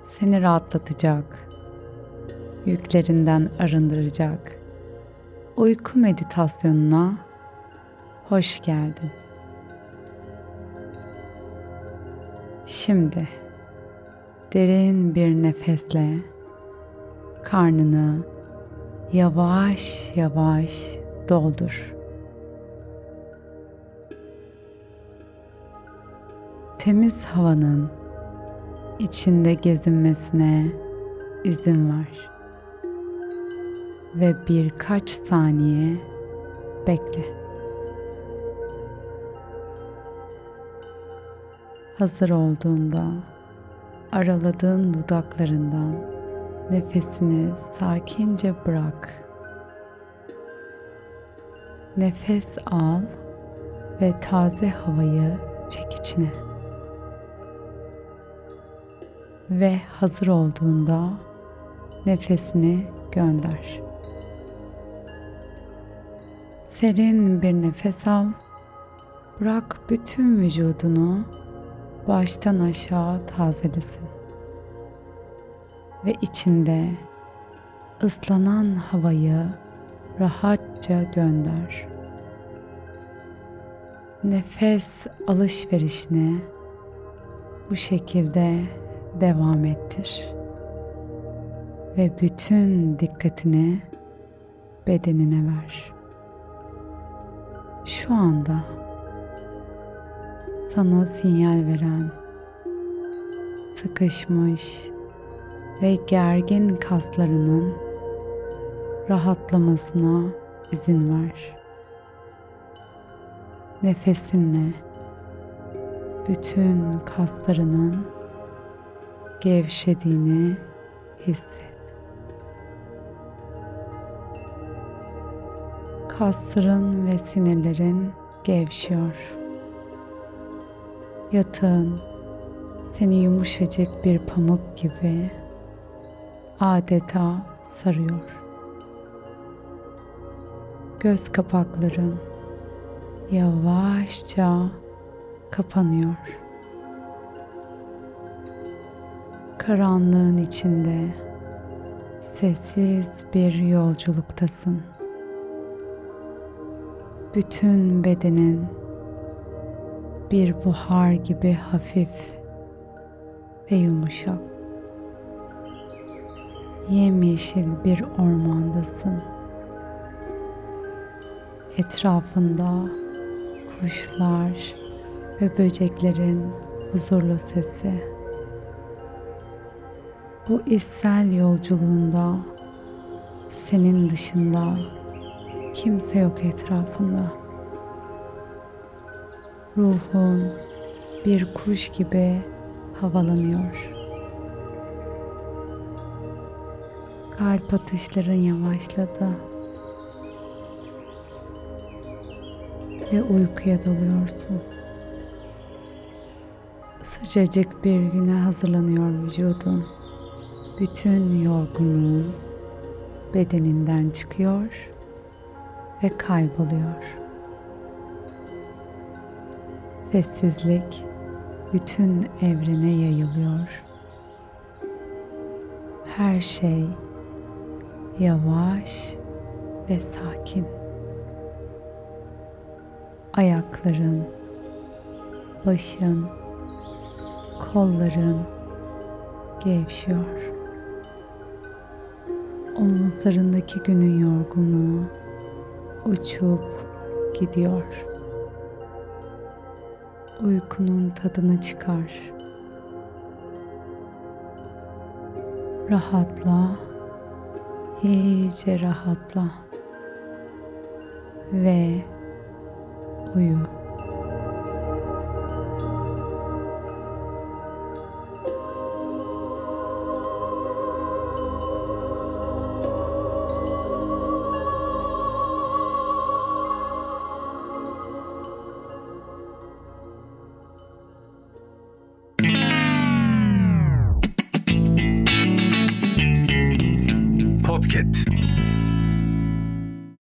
seni rahatlatacak, yüklerinden arındıracak uyku meditasyonuna hoş geldin. Şimdi derin bir nefesle karnını yavaş yavaş doldur. Temiz havanın içinde gezinmesine izin ver ve birkaç saniye bekle. Hazır olduğunda araladığın dudaklarından nefesini sakince bırak. Nefes al ve taze havayı çek içine. Ve hazır olduğunda nefesini gönder. Serin bir nefes al. Bırak bütün vücudunu baştan aşağı tazelesin. Ve içinde ıslanan havayı rahatça gönder. Nefes alışverişini bu şekilde devam ettir. Ve bütün dikkatini bedenine ver. Şu anda sana sinyal veren, sıkışmış ve gergin kaslarının rahatlamasına izin ver. Nefesinle bütün kaslarının gevşediğini hisset. Kasların ve sinirlerin gevşiyor. Yatağın seni yumuşacık bir pamuk gibi adeta sarıyor. Göz kapakların yavaşça kapanıyor. Karanlığın içinde sessiz bir yolculuktasın. Bütün bedenin bir buhar gibi hafif ve yumuşak. Yemyeşil bir ormandasın. Etrafında kuşlar ve böceklerin huzurlu sesi. Bu içsel yolculuğunda senin dışında kimse yok etrafında. Ruhun bir kuş gibi havalanıyor. Kalp atışların yavaşladı ve uykuya dalıyorsun. Sıcacık bir güne hazırlanıyor vücudun. Bütün yorgunluğun bedeninden çıkıyor ve kayboluyor. Sessizlik bütün evrene yayılıyor. Her şey yavaş ve sakin. Ayakların, başın, kolların gevşiyor. Omuzlarındaki günün yorgunluğu uçup gidiyor. Uykunun tadını çıkar. Rahatla, iyice rahatla ve uyu. Podcast.